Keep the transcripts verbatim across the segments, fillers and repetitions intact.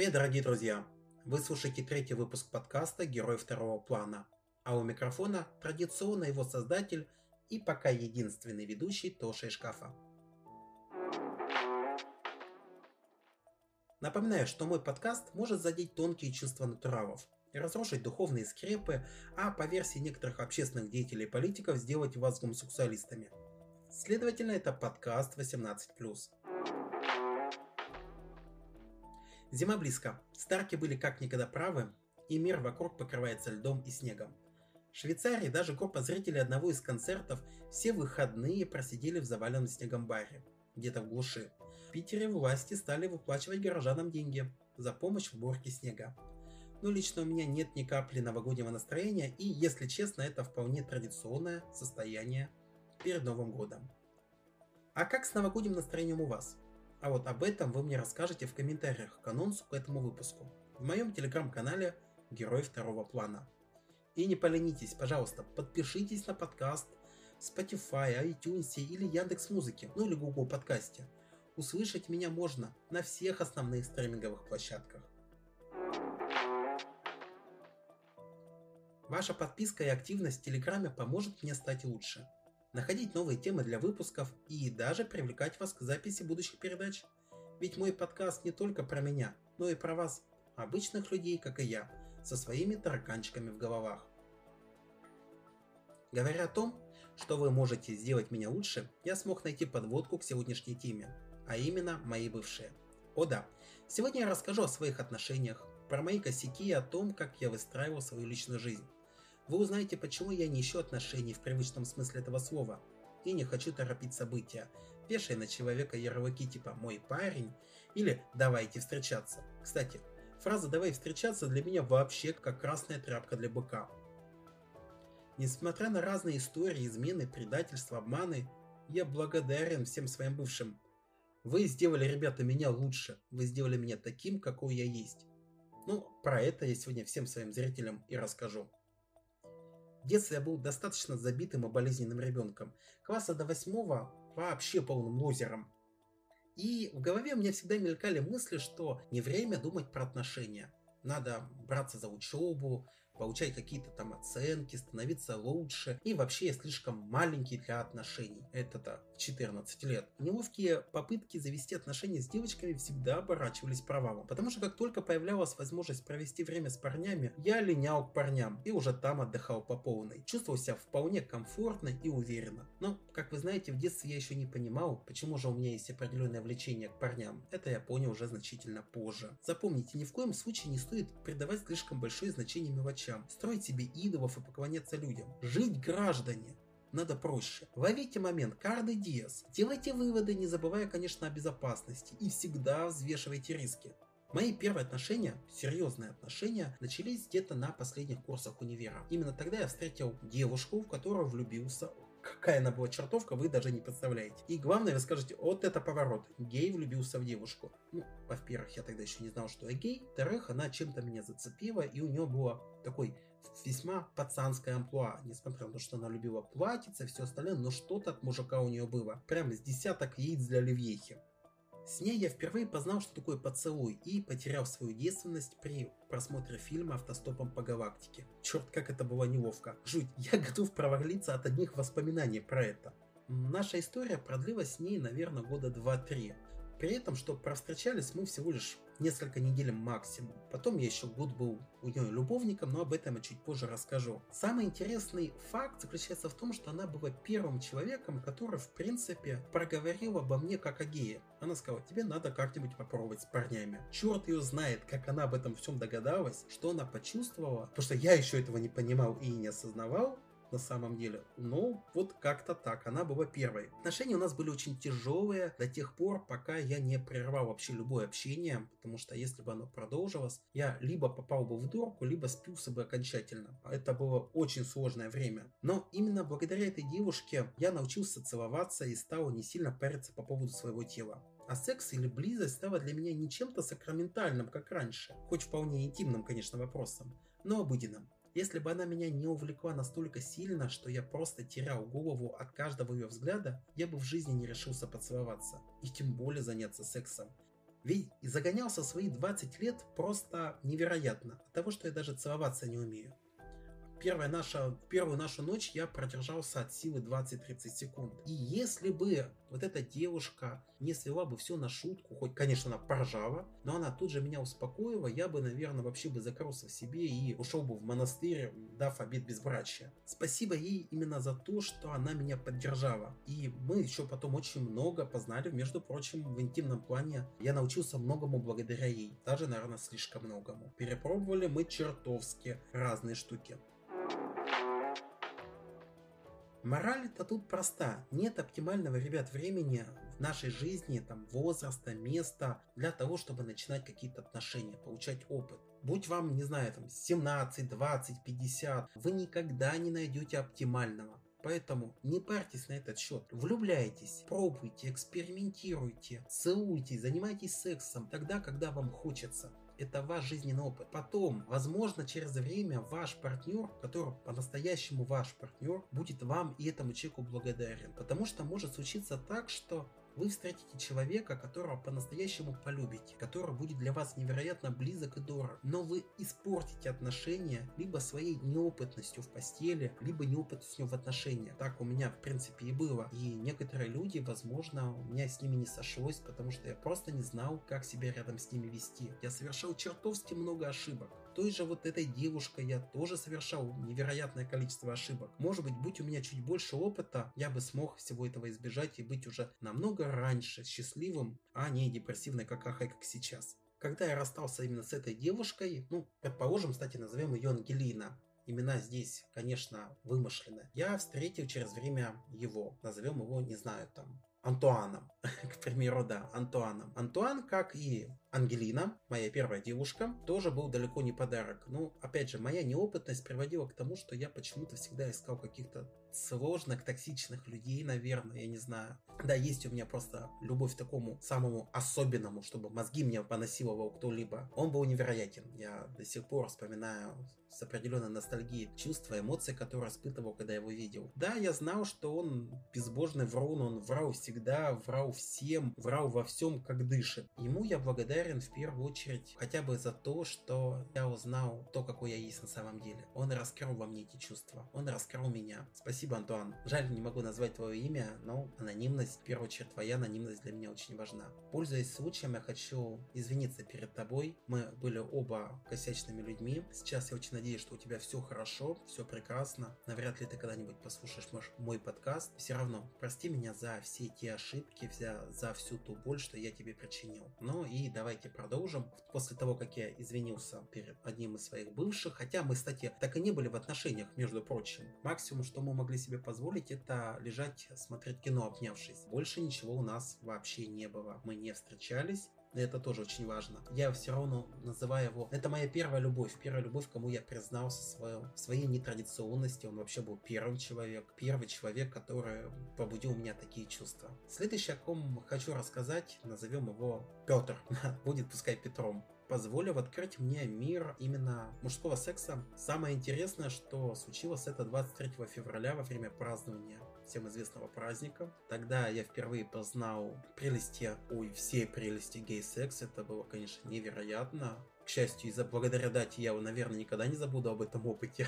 Привет, дорогие друзья! Вы слушаете третий выпуск подкаста «Герой второго плана», а у микрофона традиционно его создатель и пока единственный ведущий Тоша из шкафа. Напоминаю, что мой подкаст может задеть тонкие чувства натуралов и разрушить духовные скрепы, а по версии некоторых общественных деятелей и политиков сделать вас гомосексуалистами. Следовательно, это подкаст восемнадцать плюс. Зима близко, старки были как никогда правы, и мир вокруг покрывается льдом и снегом. В Швейцарии даже группа зрителей одного из концертов все выходные просидели в заваленном снегом баре, где-то в глуши. В Питере власти стали выплачивать горожанам деньги за помощь в уборке снега. Но лично у меня нет ни капли новогоднего настроения, и, если честно, это вполне традиционное состояние перед Новым годом. А как с новогодним настроением у вас? А вот об этом вы мне расскажете в комментариях к анонсу к этому выпуску в моем телеграм-канале «Герой второго плана». И не поленитесь, пожалуйста, подпишитесь на подкаст в Spotify, iTunes или Яндекс.Музыке, ну или Google подкасте. Услышать меня можно на всех основных стриминговых площадках. Ваша подписка и активность в Телеграме поможет мне стать лучше, находить новые темы для выпусков и даже привлекать вас к записи будущих передач. Ведь мой подкаст не только про меня, но и про вас, обычных людей, как и я, со своими тараканчиками в головах. Говоря о том, что вы можете сделать меня лучше, я смог найти подводку к сегодняшней теме, а именно мои бывшие. О да, сегодня я расскажу о своих отношениях, про мои косяки и о том, как я выстраивал свою личную жизнь. Вы узнаете, почему я не ищу отношений в привычном смысле этого слова и не хочу торопить события, вешая на человека ярлыки типа «мой парень» или «давайте встречаться». Кстати, фраза «давай встречаться» для меня вообще как красная тряпка для быка. Несмотря на разные истории, измены, предательства, обманы, я благодарен всем своим бывшим. Вы сделали, ребята, меня лучше, вы сделали меня таким, какой я есть. Ну, про это я сегодня всем своим зрителям и расскажу. В детстве я был достаточно забитым и болезненным ребенком, класса до восьмого вообще полным лузером. И в голове у меня всегда мелькали мысли, что не время думать про отношения. Надо браться за учебу, получать какие-то там оценки, становиться лучше. И вообще я слишком маленький для отношений. Это-то в четырнадцать лет. Неловкие попытки завести отношения с девочками всегда оборачивались провалом. Потому что как только появлялась возможность провести время с парнями, я линял к парням и уже там отдыхал по полной. Чувствовал себя вполне комфортно и уверенно. Но, как вы знаете, в детстве я еще не понимал, почему же у меня есть определенное влечение к парням. Это я понял уже значительно позже. Запомните, ни в коем случае не стоит придавать слишком большое значение мелочам, строить себе идолов и поклоняться людям. Жить, граждане, надо проще. Ловите момент, карде диас. Делайте выводы, не забывая, конечно, о безопасности, и всегда взвешивайте риски. Мои первые отношения, серьезные отношения, начались где-то на последних курсах универа. Именно тогда я встретил девушку, в которую влюбился. Какая она была чертовка, вы даже не представляете. И главное, вы скажете, вот это поворот. Гей влюбился в девушку. Ну, во-первых, я тогда еще не знал, что я гей. Во-вторых, она чем-то меня зацепила, и у нее было такой весьма пацанское амплуа. Несмотря на то, что она любила платьице и все остальное, но что-то от мужика у нее было. Прям с десяток яиц для оливьехи. С ней я впервые познал, что такое поцелуй, и потерял свою девственность при просмотре фильма «Автостопом по галактике». Черт, как это было неловко. Жуть, я готов провалиться от одних воспоминаний про это. Наша история продлилась с ней, наверное, года два-три. При этом, что провстречались мы всего лишь несколько недель максимум. Потом я еще год был у нее любовником, но об этом я чуть позже расскажу. Самый интересный факт заключается в том, что она была первым человеком, который, в принципе, проговорил обо мне как о гее. Она сказала, тебе надо как-нибудь попробовать с парнями. Черт ее знает, как она об этом всем догадалась, что она почувствовала, потому что я еще этого не понимал и не осознавал. На самом деле. Но вот как-то так, она была первой. Отношения у нас были очень тяжелые до тех пор, пока я не прервал вообще любое общение, потому что если бы оно продолжилось, я либо попал бы в дурку, либо спился бы окончательно. Это было очень сложное время. Но именно благодаря этой девушке я научился целоваться и стал не сильно париться по поводу своего тела. А секс или близость стала для меня не чем-то сакраментальным, как раньше, хоть вполне интимным, конечно, вопросом, но обыденным. Если бы она меня не увлекла настолько сильно, что я просто терял голову от каждого ее взгляда, я бы в жизни не решился поцеловаться, и тем более заняться сексом. Ведь и загонялся в свои двадцать лет просто невероятно. От того, что я даже целоваться не умею. Первая наша, первую нашу ночь я продержался от силы двадцать-тридцать секунд. И если бы вот эта девушка не свела бы все на шутку, хоть, конечно, она поржала, но она тут же меня успокоила, я бы, наверное, вообще бы закрылся в себе и ушел бы в монастырь, дав обет безбрачия. Спасибо ей именно за то, что она меня поддержала. И мы еще потом очень много познали, между прочим, в интимном плане. Я научился многому благодаря ей. Даже, наверное, слишком многому. Перепробовали мы чертовски разные штуки. Мораль-то тут проста. Нет оптимального, ребят, времени в нашей жизни, там, возраста, места для того, чтобы начинать какие-то отношения, получать опыт. Будь вам, не знаю, там, семнадцать, двадцать, пятьдесят, вы никогда не найдете оптимального. Поэтому не парьтесь на этот счет. Влюбляйтесь, пробуйте, экспериментируйте, целуйтесь, занимайтесь сексом тогда, когда вам хочется. Это ваш жизненный опыт. Потом, возможно, через время ваш партнер, который по-настоящему ваш партнер, будет вам и этому человеку благодарен. Потому что может случиться так, что вы встретите человека, которого по-настоящему полюбите, который будет для вас невероятно близок и дорог, но вы испортите отношения либо своей неопытностью в постели, либо неопытностью в отношениях. Так у меня, в принципе, и было. И некоторые люди, возможно, у меня с ними не сошлось, потому что я просто не знал, как себя рядом с ними вести. Я совершал чертовски много ошибок. Той же вот этой девушкой я тоже совершал невероятное количество ошибок. Может быть, будь у меня чуть больше опыта, я бы смог всего этого избежать и быть уже намного раньше счастливым, а не депрессивной какахой, как сейчас. Когда я расстался именно с этой девушкой, ну, предположим, кстати, назовем ее Ангелина. Имена здесь, конечно, вымышлены. Я встретил через время его, назовем его, не знаю, там, Антуаном, к примеру, да, Антуаном. Антуан, как и Ангелина, моя первая девушка, тоже был далеко не подарок. Ну, опять же, моя неопытность приводила к тому, что я почему-то всегда искал каких-то сложных, токсичных людей, наверное, я не знаю. Да, есть у меня просто любовь к такому самому особенному, чтобы мозги мне понасиловал кто-либо. Он был невероятен. Я до сих пор вспоминаю с определенной ностальгией чувства, эмоции, которые испытывал, когда его видел. Да, я знал, что он безбожный врун, он врал всегда, врал всем, врал во всем, как дышит. Ему я благодарен в первую очередь хотя бы за то, что я узнал то, какой я есть на самом деле. Он раскрыл во мне эти чувства, он раскрыл меня. Спасибо, Антуан. Жаль, не могу назвать твое имя, но анонимность, в первую очередь твоя анонимность для меня очень важна. Пользуясь случаем, я хочу извиниться перед тобой. Мы были оба косячными людьми. Сейчас я очень надеюсь, что у тебя все хорошо, все прекрасно. Навряд ли ты когда-нибудь послушаешь мой подкаст. Все равно, прости меня за все те ошибки, за, за всю ту боль, что я тебе причинил. Ну и давайте продолжим. После того, как я извинился перед одним из своих бывших, хотя мы, кстати, так и не были в отношениях, между прочим. Максимум, что мы могли себе позволить, это лежать, смотреть кино, обнявшись. Больше ничего у нас вообще не было. Мы не встречались. Это тоже очень важно. Я все равно называю его... Это моя первая любовь. Первая любовь, кому я признался свое, в своей нетрадиционности. Он вообще был первым человек. Первый человек, который побудил у меня такие чувства. Следующий, о ком хочу рассказать, назовем его Петр. Будет пускай Петром. Позволив открыть мне мир именно мужского секса. Самое интересное, что случилось это двадцать третьего февраля во время празднования всем известного праздника. Тогда я впервые познал прелести, ой, все прелести гей-секса. Это было, конечно, невероятно. К счастью, из-за благодаря дате я, наверное, никогда не забуду об этом опыте.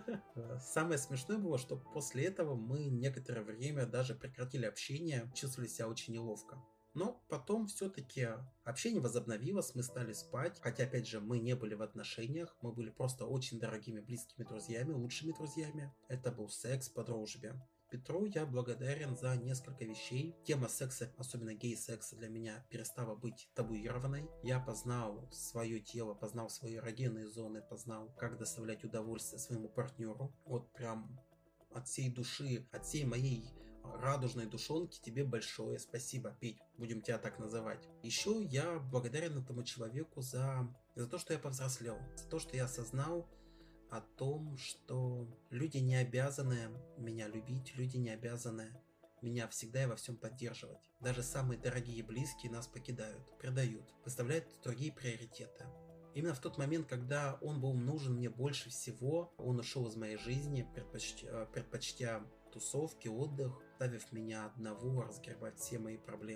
Самое смешное было, что после этого мы некоторое время даже прекратили общение, чувствовали себя очень неловко. Но потом все-таки общение возобновилось, мы стали спать, хотя, опять же, мы не были в отношениях, мы были просто очень дорогими, близкими друзьями, лучшими друзьями. Это был секс по дружбе. Петру я благодарен за несколько вещей. Тема секса, особенно гей-секса, для меня перестала быть табуированной. Я познал свое тело, познал свои эрогенные зоны, познал, как доставлять удовольствие своему партнеру. Вот прям от всей души, от всей моей радужной душонки тебе большое спасибо, Петь, будем тебя так называть. Еще я благодарен этому человеку за, за то, что я повзрослел, за то, что я осознал о том, что люди не обязаны меня любить, люди не обязаны меня всегда и во всем поддерживать. Даже самые дорогие и близкие нас покидают, предают, выставляют другие приоритеты. Именно в тот момент, когда он был нужен мне больше всего, он ушел из моей жизни, предпочтя, предпочтя тусовки, отдых, оставив меня одного разгребать все мои проблемы.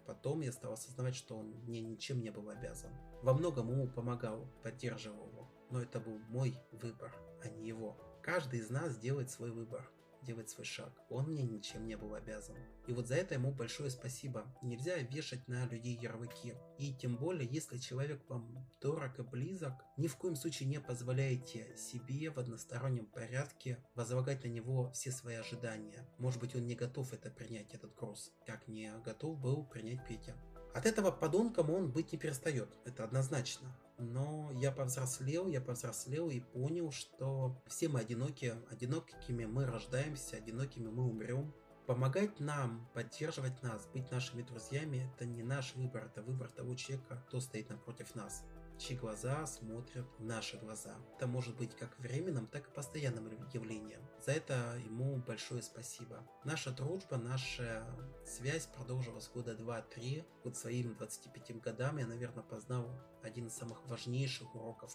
потом я стал осознавать, что он мне ничем не был обязан. Во многом ему помогал, поддерживал его, но это был мой выбор, а не его. Каждый из нас делает свой выбор, делает свой шаг. Он мне ничем не был обязан. И вот за это ему большое спасибо. Нельзя вешать на людей ярлыки. И тем более, если человек вам дорог и близок, ни в коем случае не позволяйте себе в одностороннем порядке возлагать на него все свои ожидания. Может быть, он не готов это принять, этот груз, как не готов был принять Петя. От этого подонком он быть не перестает, это однозначно. Но я повзрослел, я повзрослел и понял, что все мы одиноки, одинокими мы рождаемся, одинокими мы умрем. Помогать нам, поддерживать нас, быть нашими друзьями – это не наш выбор, это выбор того человека, кто стоит напротив нас, чьи глаза смотрят в наши глаза. Это может быть как временным, так и постоянным явлением. За это ему большое спасибо. Наша дружба, наша связь продолжилась года два-три. Вот своим двадцати пяти годам я, наверное, познал один из самых важнейших уроков.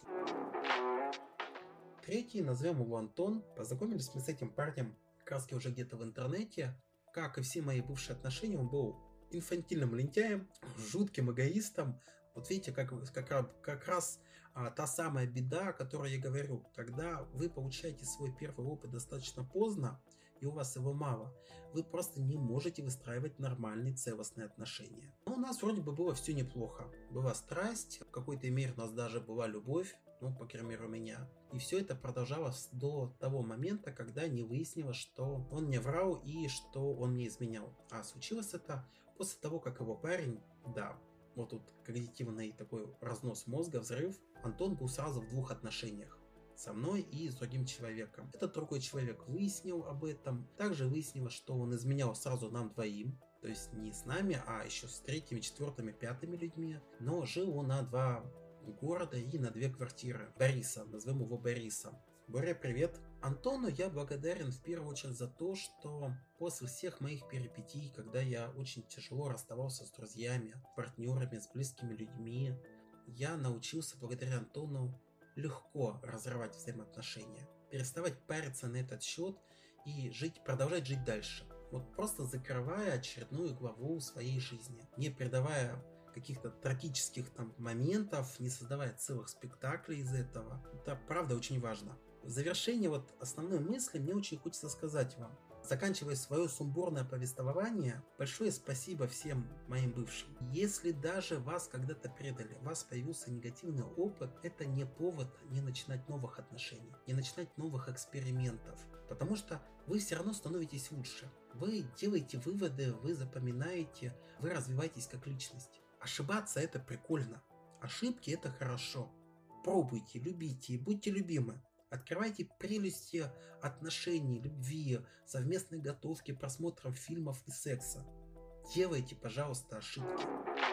Третий, назовем его Антон. Познакомились мы с этим парнем как раз уже где-то в интернете. Как и все мои бывшие отношения, он был инфантильным лентяем, жутким эгоистом. Вот видите, как, как, как раз а, та самая беда, о которой я говорю. Когда вы получаете свой первый опыт достаточно поздно, и у вас его мало, вы просто не можете выстраивать нормальные целостные отношения. Но у нас вроде бы было все неплохо. Была страсть, в какой-то мере у нас даже была любовь, ну, по крайней мере, у меня. И все это продолжалось до того момента, когда не выяснилось, что он мне врал и что он мне изменял. А случилось это после того, как его парень, да, вот тут когнитивный такой разнос мозга, взрыв, Антон был сразу в двух отношениях. Со мной и с другим человеком. Этот другой человек выяснил об этом. Также выяснилось, что он изменял сразу нам двоим. То есть не с нами, а еще с третьими, четвертыми, пятыми людьми. Но жил он на два города и на две квартиры. Бориса, назовем его Борисом. Боря, привет. Антону я благодарен в первую очередь за то, что после всех моих перипетий, когда я очень тяжело расставался с друзьями, партнерами, с близкими людьми, я научился благодаря Антону легко разрывать взаимоотношения, переставать париться на этот счет и жить, продолжать жить дальше. Вот просто закрывая очередную главу своей жизни, не придавая каких-то трагических там моментов, не создавая целых спектаклей из этого. Это правда очень важно. В завершение вот основной мысли мне очень хочется сказать вам. Заканчивая свое сумбурное повествование, большое спасибо всем моим бывшим. Если даже вас когда-то предали, у вас появился негативный опыт, это не повод не начинать новых отношений, не начинать новых экспериментов, потому что вы все равно становитесь лучше. Вы делаете выводы, вы запоминаете, вы развиваетесь как личность. Ошибаться это прикольно, ошибки это хорошо. Пробуйте, любите и будьте любимы. Открывайте прелести отношений, любви, совместной готовки, просмотров фильмов и секса. Делайте, пожалуйста, ошибки.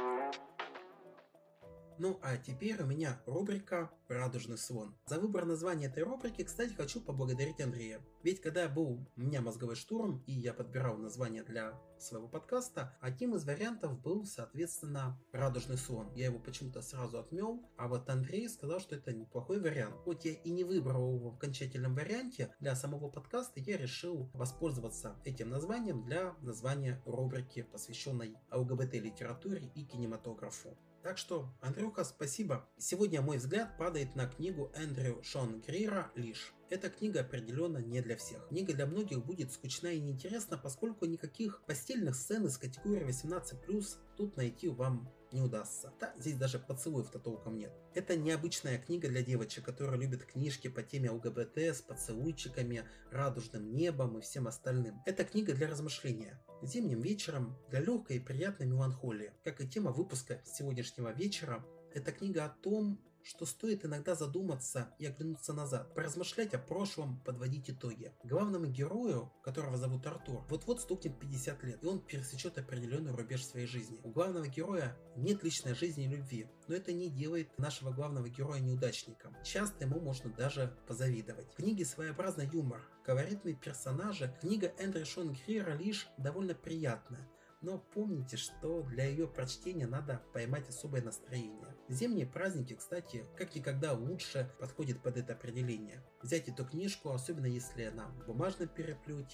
Ну а теперь у меня рубрика «Радужный слон». За выбор названия этой рубрики, кстати, хочу поблагодарить Андрея. Ведь когда был у меня мозговой штурм и я подбирал название для своего подкаста, одним из вариантов был, соответственно, «Радужный слон». Я его почему-то сразу отмел, а вот Андрей сказал, что это неплохой вариант. Хоть я и не выбрал его в окончательном варианте, для самого подкаста я решил воспользоваться этим названием для названия рубрики, посвященной ЛГБТ-литературе и кинематографу. Так что, Андрюха, спасибо. Сегодня мой взгляд падает на книгу Эндрю Шон Грира «Лиш». Эта книга определенно не для всех. Книга для многих будет скучна и неинтересна, поскольку никаких постельных сцен из категории восемнадцать плюс тут найти вам не удастся. Да, здесь даже поцелуев-то толком нет. Это необычная книга для девочек, которые любят книжки по теме ЛГБТ с поцелуйчиками, радужным небом и всем остальным. Это книга для размышления. Зимним вечером для легкой и приятной меланхолии. Как и тема выпуска сегодняшнего вечера, это книга о том, что стоит иногда задуматься и оглянуться назад, поразмышлять о прошлом, подводить итоги. Главному герою, которого зовут Артур, вот-вот стукнет пятьдесят лет, и он пересечет определенный рубеж своей жизни. У главного героя нет личной жизни и любви, но это не делает нашего главного героя неудачником. Часто ему можно даже позавидовать. В книге своеобразный юмор, колоритные персонажи. Книга Эндрю Шон Грира «Лиш» довольно приятная. Но помните, что для ее прочтения надо поймать особое настроение. Зимние праздники, кстати, как никогда лучше подходят под это определение. Взять эту книжку, особенно если она в бумажном переплете,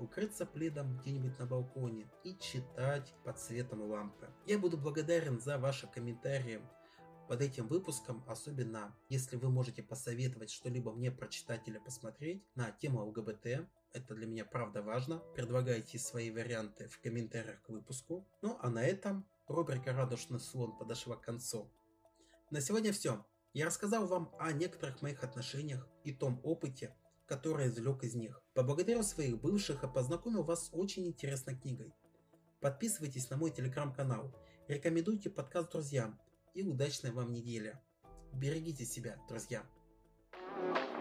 укрыться пледом где-нибудь на балконе и читать под светом лампы. Я буду благодарен за ваши комментарии под этим выпуском, особенно если вы можете посоветовать что-либо мне прочитать или посмотреть на тему ЛГБТ. Это для меня правда важно. Предлагайте свои варианты в комментариях к выпуску. Ну а на этом рубрика «Радужный слон» подошла к концу. На сегодня все. Я рассказал вам о некоторых моих отношениях и том опыте, который извлек из них. Поблагодарил своих бывших и познакомил вас с очень интересной книгой. Подписывайтесь на мой телеграм-канал, рекомендуйте подкаст друзьям и удачной вам недели. Берегите себя, друзья.